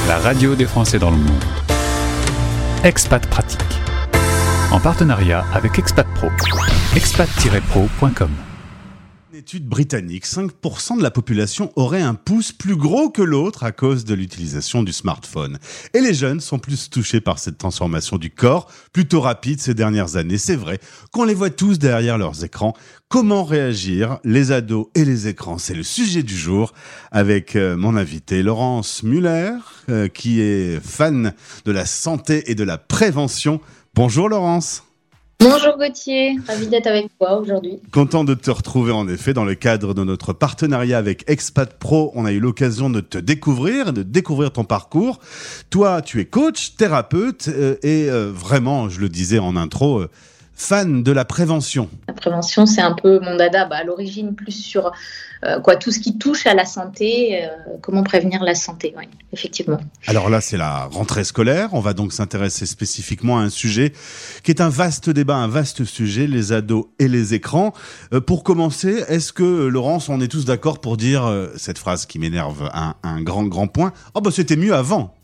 la radio des Français dans le monde. Expat Pratique. En partenariat avec Expat Pro. expat-pro.com. Une étude britannique, 5% de la population aurait un pouce plus gros que l'autre à cause de l'utilisation du smartphone. Et les jeunes sont plus touchés par cette transformation du corps, plutôt rapide ces dernières années. C'est vrai qu'on les voit tous derrière leurs écrans. Comment réagir, les ados et les écrans? C'est le sujet du jour avec mon invité Laurence Muller, qui est fan de la santé et de la prévention. Bonjour Laurence. Bonjour Gauthier, ravi d'être avec toi aujourd'hui. Content de te retrouver en effet dans le cadre de notre partenariat avec Expat Pro. On a eu l'occasion de te découvrir, de découvrir ton parcours. Toi, tu es coach, thérapeute et vraiment, je le disais en intro, fan de la prévention. La prévention, c'est un peu mon dada. À l'origine, plus sur tout ce qui touche à la santé, comment prévenir la santé, oui, effectivement. Alors là, c'est la rentrée scolaire. On va donc s'intéresser spécifiquement à un sujet qui est un vaste débat, un vaste sujet, les ados et les écrans. Pour commencer, est-ce que, Laurence, on est tous d'accord pour dire cette phrase qui m'énerve, un grand point? Oh, c'était mieux avant.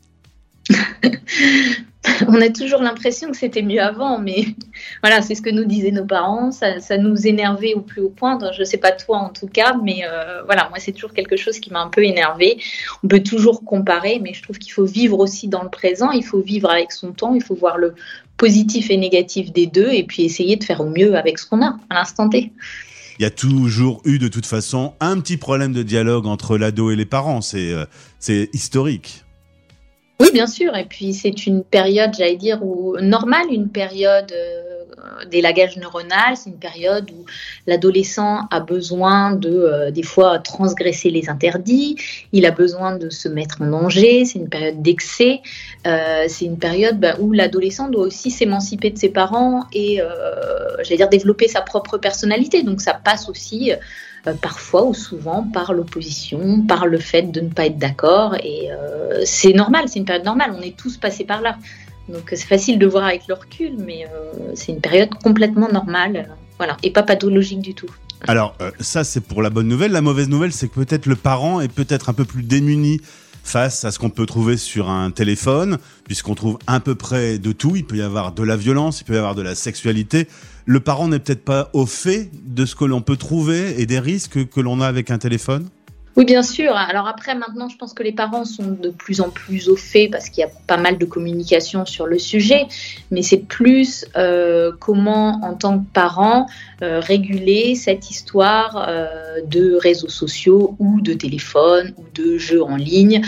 On a toujours l'impression que c'était mieux avant, mais voilà, c'est ce que nous disaient nos parents, ça nous énervait au plus haut point. Je ne sais pas toi en tout cas, mais moi c'est toujours quelque chose qui m'a un peu énervée. On peut toujours comparer, mais je trouve qu'il faut vivre aussi dans le présent, il faut vivre avec son temps, il faut voir le positif et négatif des deux et puis essayer de faire au mieux avec ce qu'on a à l'instant T. Il y a toujours eu de toute façon un petit problème de dialogue entre l'ado et les parents, c'est historique. Oui, bien sûr. Et puis, c'est une période, normale, une période d'élagage neuronal. C'est une période où l'adolescent a besoin de, des fois, transgresser les interdits. Il a besoin de se mettre en danger. C'est une période d'excès. C'est une période où l'adolescent doit aussi s'émanciper de ses parents et, développer sa propre personnalité. Donc, ça passe aussi parfois ou souvent par l'opposition, par le fait de ne pas être d'accord et c'est normal, c'est une période normale, on est tous passés par là. Donc c'est facile de voir avec le recul, mais c'est une période complètement normale, et pas pathologique du tout. Alors ça c'est pour la bonne nouvelle, la mauvaise nouvelle c'est que peut-être le parent est peut-être un peu plus démuni face à ce qu'on peut trouver sur un téléphone, puisqu'on trouve à peu près de tout. Il peut y avoir de la violence, il peut y avoir de la sexualité. Le parent n'est peut-être pas au fait de ce que l'on peut trouver et des risques que l'on a avec un téléphone? Oui, bien sûr. Alors après, maintenant, je pense que les parents sont de plus en plus au fait parce qu'il y a pas mal de communication sur le sujet, mais c'est plus comment, en tant que parent, réguler cette histoire de réseaux sociaux ou de téléphone ou de jeux en ligne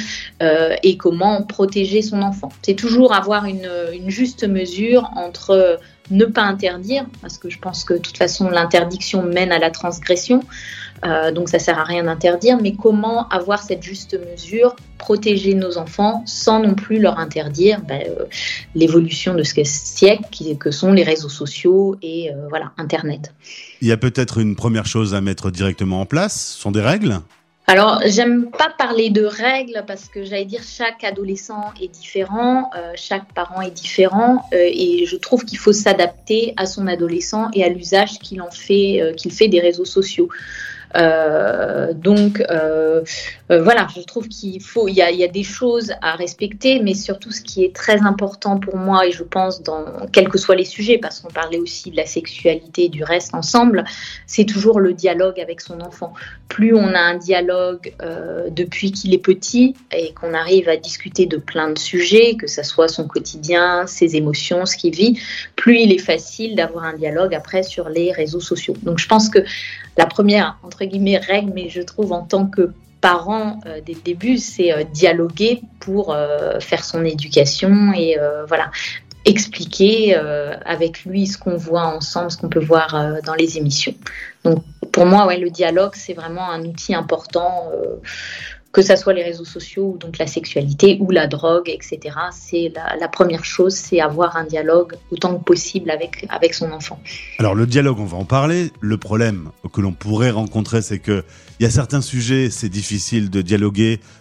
et comment protéger son enfant. C'est toujours avoir une juste mesure entre ne pas interdire, parce que je pense que de toute façon, l'interdiction mène à la transgression. Donc ça sert à rien d'interdire, mais comment avoir cette juste mesure, protéger nos enfants sans non plus leur interdire l'évolution de ce siècle que sont les réseaux sociaux et Internet. Il y a peut-être une première chose à mettre directement en place, ce sont des règles? Alors, j'aime pas parler de règles parce que chaque adolescent est différent, chaque parent est différent et je trouve qu'il faut s'adapter à son adolescent et à l'usage qu'il fait des réseaux sociaux. Je trouve il y a des choses à respecter, mais surtout ce qui est très important pour moi et je pense quels que soient les sujets, parce qu'on parlait aussi de la sexualité et du reste ensemble, c'est toujours le dialogue avec son enfant. Plus on a un dialogue depuis qu'il est petit et qu'on arrive à discuter de plein de sujets, que ça soit son quotidien, ses émotions, ce qu'il vit, plus il est facile d'avoir un dialogue après sur les réseaux sociaux. Donc je pense que la première, entre guillemets, règle, mais je trouve en tant que parent, dès le début, c'est dialoguer pour faire son éducation et expliquer avec lui ce qu'on voit ensemble, ce qu'on peut voir dans les émissions. Donc pour moi, le dialogue, c'est vraiment un outil important, que ça soit les réseaux sociaux, ou donc la sexualité ou la drogue, etc. C'est la première chose, c'est avoir un dialogue autant que possible avec son enfant. Alors le dialogue, on va en parler. Le problème que l'on pourrait rencontrer, c'est que il y a certains sujets, c'est difficile de dialoguer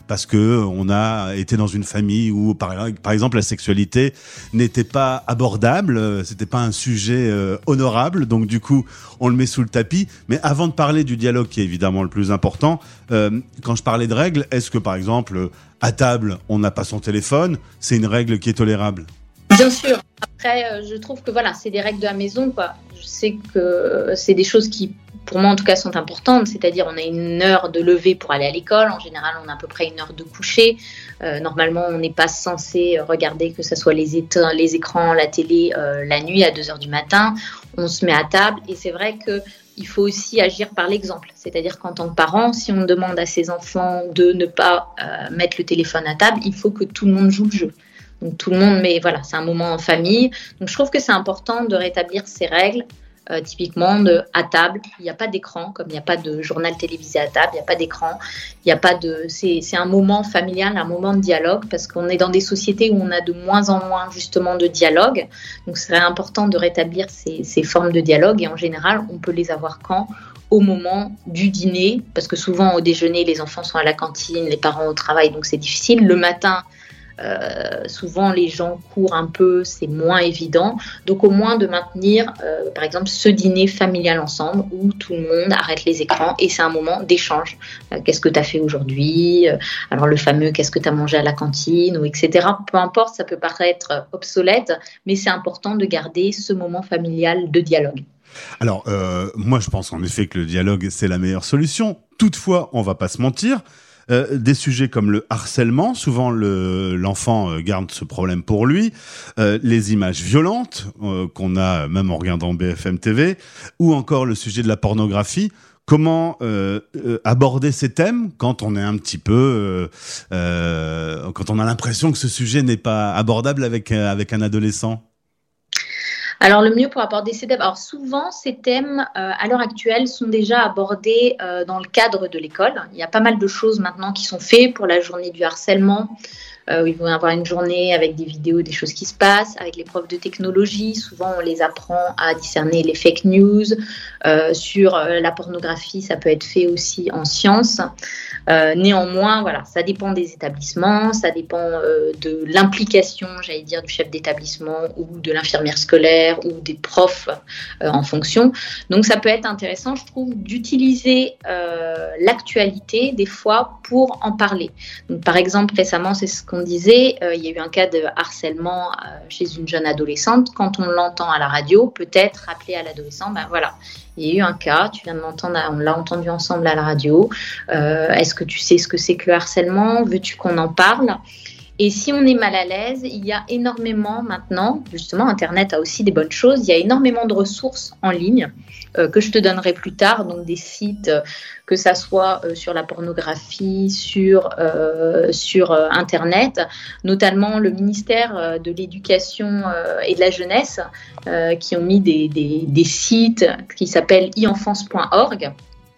parce que on a été dans une famille où, par exemple, la sexualité n'était pas abordable, c'était pas un sujet honorable, donc du coup, on le met sous le tapis. Mais avant de parler du dialogue, qui est évidemment le plus important, quand je parlais de règles, est-ce que, par exemple, à table, on n'a pas son téléphone, c'est une règle qui est tolérable ? Bien sûr. Après, je trouve que voilà, c'est des règles de la maison, quoi. Je sais que c'est des choses qui, pour moi en tout cas, sont importantes. C'est-à-dire, on a une heure de lever pour aller à l'école. En général, on a à peu près une heure de coucher. Normalement, on n'est pas censé regarder, que ce soit les écrans, la télé, la nuit à 2h du matin. On se met à table. Et c'est vrai qu'il faut aussi agir par l'exemple. C'est-à-dire qu'en tant que parent, si on demande à ses enfants de ne pas mettre le téléphone à table, il faut que tout le monde joue le jeu. Donc tout le monde, mais voilà, c'est un moment en famille. Donc je trouve que c'est important de rétablir ces règles. Typiquement, à table, il n'y a pas d'écran, comme il n'y a pas de journal télévisé à table, il n'y a pas d'écran, il n'y a pas de. C'est un moment familial, un moment de dialogue, parce qu'on est dans des sociétés où on a de moins en moins justement de dialogue. Donc c'est important de rétablir ces formes de dialogue, et en général, on peut les avoir quand ? Au moment du dîner, parce que souvent au déjeuner, les enfants sont à la cantine, les parents au travail, donc c'est difficile. Le matin, souvent les gens courent un peu, c'est moins évident. Donc au moins de maintenir, par exemple, ce dîner familial ensemble où tout le monde arrête les écrans et c'est un moment d'échange. Qu'est-ce que tu as fait aujourd'hui ? Alors le fameux qu'est-ce que tu as mangé à la cantine, ou etc. Peu importe, ça peut paraître obsolète, mais c'est important de garder ce moment familial de dialogue. Alors, moi je pense en effet que le dialogue c'est la meilleure solution. Toutefois, on va pas se mentir. Des sujets comme le harcèlement, souvent l'enfant garde ce problème pour lui, les images violentes qu'on a même en regardant BFM TV, ou encore le sujet de la pornographie. Comment aborder ces thèmes quand on est un petit peu, quand on a l'impression que ce sujet n'est pas abordable avec un adolescent ? Alors, le mieux pour aborder ces thèmes, alors souvent, ces thèmes, à l'heure actuelle, sont déjà abordés dans le cadre de l'école. Il y a pas mal de choses maintenant qui sont faites pour la journée du harcèlement. Ils vont avoir une journée avec des vidéos, des choses qui se passent, avec les profs de technologie. Souvent, on les apprend à discerner les fake news. Sur la pornographie, ça peut être fait aussi en sciences. Néanmoins, voilà, ça dépend des établissements, ça dépend de l'implication, j'allais dire, du chef d'établissement ou de l'infirmière scolaire ou des profs en fonction. Donc, ça peut être intéressant, je trouve, d'utiliser l'actualité des fois pour en parler. Donc, par exemple, récemment, c'est ce qu'on disait, il y a eu un cas de harcèlement chez une jeune adolescente. Quand on l'entend à la radio, peut-être rappeler à l'adolescent, ben voilà, il y a eu un cas, tu viens de l'entendre, on l'a entendu ensemble à la radio. Est-ce que tu sais ce que c'est que le harcèlement ? Veux-tu qu'on en parle ? Et si on est mal à l'aise, il y a énormément maintenant, justement, Internet a aussi des bonnes choses, il y a énormément de ressources en ligne que je te donnerai plus tard, donc des sites, que ça soit sur la pornographie, sur Internet, notamment le ministère de l'Éducation et de la Jeunesse qui ont mis des sites qui s'appellent e-enfance.org.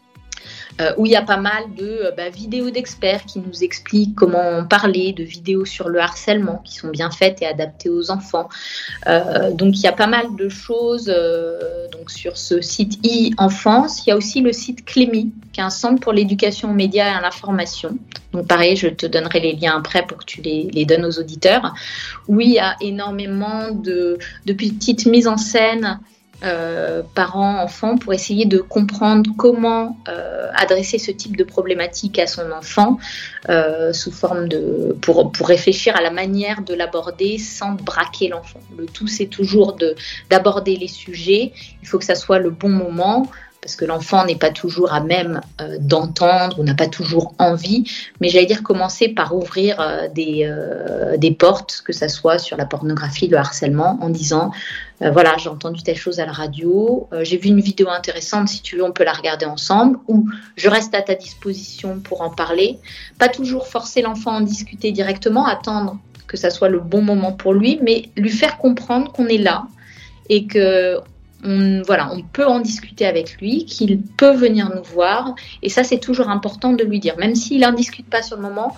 Où il y a pas mal de vidéos d'experts qui nous expliquent comment parler, de vidéos sur le harcèlement qui sont bien faites et adaptées aux enfants. Donc, il y a pas mal de choses donc sur ce site e-enfance. Il y a aussi le site Clémy, qui est un centre pour l'éducation aux médias et à l'information. Donc, pareil, je te donnerai les liens après pour que tu les donnes aux auditeurs. Où il y a énormément de petites mises en scène parents, enfants, pour essayer de comprendre comment adresser ce type de problématique à son enfant sous forme pour réfléchir à la manière de l'aborder sans braquer l'enfant. Le tout, c'est toujours d'aborder les sujets. Il faut que ça soit le bon moment, parce que l'enfant n'est pas toujours à même d'entendre ou n'a pas toujours envie. Mais j'allais dire commencer par ouvrir des portes, que ça soit sur la pornographie, le harcèlement, en disant voilà, j'ai entendu telle chose à la radio, j'ai vu une vidéo intéressante, si tu veux, on peut la regarder ensemble, ou je reste à ta disposition pour en parler. Pas toujours forcer l'enfant à en discuter directement, attendre que ça soit le bon moment pour lui, mais lui faire comprendre qu'on est là et que on peut en discuter avec lui, qu'il peut venir nous voir. Et ça, c'est toujours important de lui dire. Même s'il n'en discute pas sur le moment,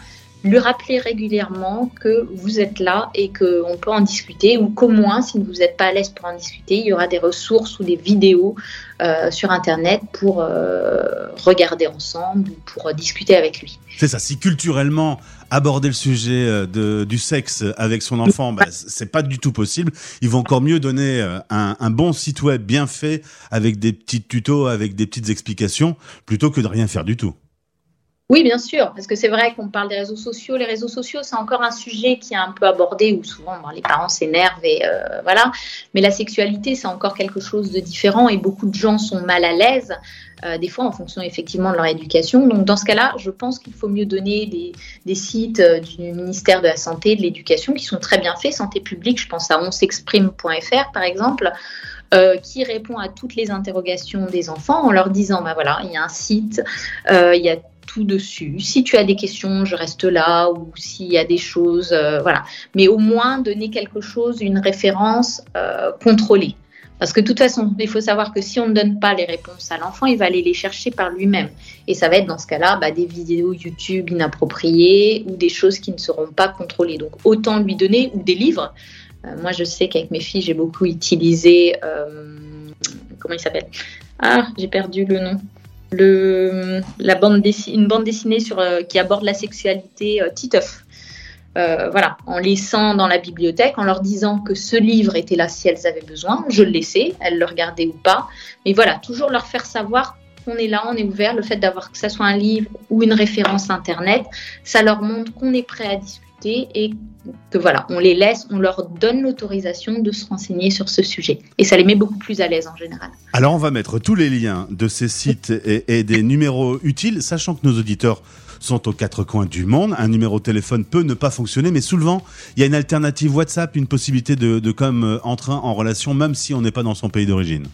lui rappeler régulièrement que vous êtes là et qu'on peut en discuter, ou qu'au moins, si vous n'êtes pas à l'aise pour en discuter, il y aura des ressources ou des vidéos sur Internet pour regarder ensemble ou pour discuter avec lui. C'est ça, si culturellement aborder le sujet du sexe avec son enfant, c'est pas du tout possible. Il vaut encore mieux donner un bon site web bien fait avec des petits tutos, avec des petites explications, plutôt que de rien faire du tout. Oui, bien sûr, parce que c'est vrai qu'on parle des réseaux sociaux. Les réseaux sociaux, c'est encore un sujet qui est un peu abordé où souvent les parents s'énervent et voilà. Mais la sexualité, c'est encore quelque chose de différent et beaucoup de gens sont mal à l'aise, des fois en fonction effectivement de leur éducation. Donc dans ce cas-là, je pense qu'il faut mieux donner des sites du ministère de la Santé, de l'Éducation qui sont très bien faits. Santé publique, je pense à onsexprime.fr par exemple, qui répond à toutes les interrogations des enfants en leur disant, voilà, il y a un site, il y a tout dessus. Si tu as des questions, je reste là, ou s'il y a des choses, voilà. Mais au moins donner quelque chose, une référence contrôlée. Parce que de toute façon, il faut savoir que si on ne donne pas les réponses à l'enfant, il va aller les chercher par lui-même. Et ça va être dans ce cas-là des vidéos YouTube inappropriées ou des choses qui ne seront pas contrôlées. Donc autant lui donner, ou des livres. Moi, je sais qu'avec mes filles, j'ai beaucoup utilisé... comment il s'appelle ? Ah, j'ai perdu le nom. Une bande dessinée qui aborde la sexualité, Titeuf. Voilà, en laissant dans la bibliothèque, en leur disant que ce livre était là si elles avaient besoin. Je le laissais, elles le regardaient ou pas. Mais voilà, toujours leur faire savoir qu'on est là, on est ouvert. Le fait d'avoir que ça soit un livre ou une référence Internet, ça leur montre qu'on est prêt à discuter et que voilà, on les laisse, on leur donne l'autorisation de se renseigner sur ce sujet. Et ça les met beaucoup plus à l'aise en général. Alors on va mettre tous les liens de ces sites et des numéros utiles, sachant que nos auditeurs sont aux quatre coins du monde. Un numéro de téléphone peut ne pas fonctionner, mais souvent, il y a une alternative WhatsApp, une possibilité de comme entrer en relation, même si on n'est pas dans son pays d'origine.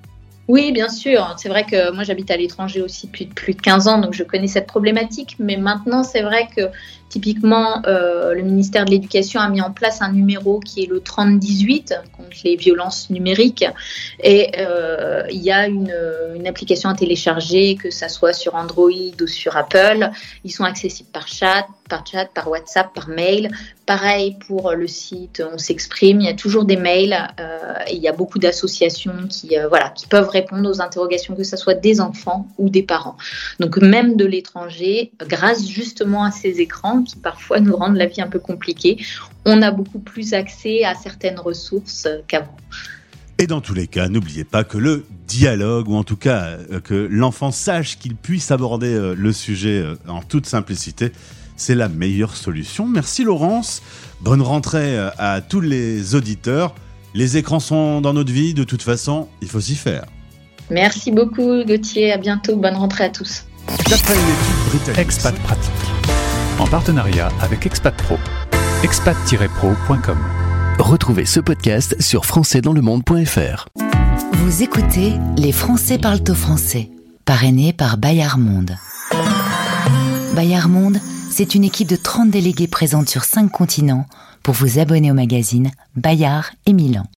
Oui, bien sûr. C'est vrai que moi, j'habite à l'étranger aussi depuis plus de 15 ans, donc je connais cette problématique. Mais maintenant, c'est vrai que typiquement, le ministère de l'Éducation a mis en place un numéro qui est le 3018 contre les violences numériques. Et il y a une application à télécharger, que ça soit sur Android ou sur Apple. Ils sont accessibles par chat, par WhatsApp, par mail. Pareil pour le site On s'exprime. Il y a toujours des mails et il y a beaucoup d'associations qui peuvent répondre aux interrogations, que ce soit des enfants ou des parents. Donc même de l'étranger, grâce justement à ces écrans qui parfois nous rendent la vie un peu compliquée, on a beaucoup plus accès à certaines ressources qu'avant. Et dans tous les cas, n'oubliez pas que le dialogue, ou en tout cas que l'enfant sache qu'il puisse aborder le sujet en toute simplicité, c'est la meilleure solution. Merci Laurence, bonne rentrée à tous les auditeurs. Les écrans sont dans notre vie, de toute façon, il faut s'y faire. Merci beaucoup Gauthier, à bientôt, bonne rentrée à tous. D'après une étude britannique, Expat Pratique, en partenariat avec Expat Pro, expat-pro.com. Retrouvez ce podcast sur françaisdanslemonde.fr. Vous écoutez Les Français parlent au français, parrainé par Bayard Monde. Bayard Monde, c'est une équipe de 30 délégués présente sur 5 continents pour vous abonner au magazine Bayard et Milan.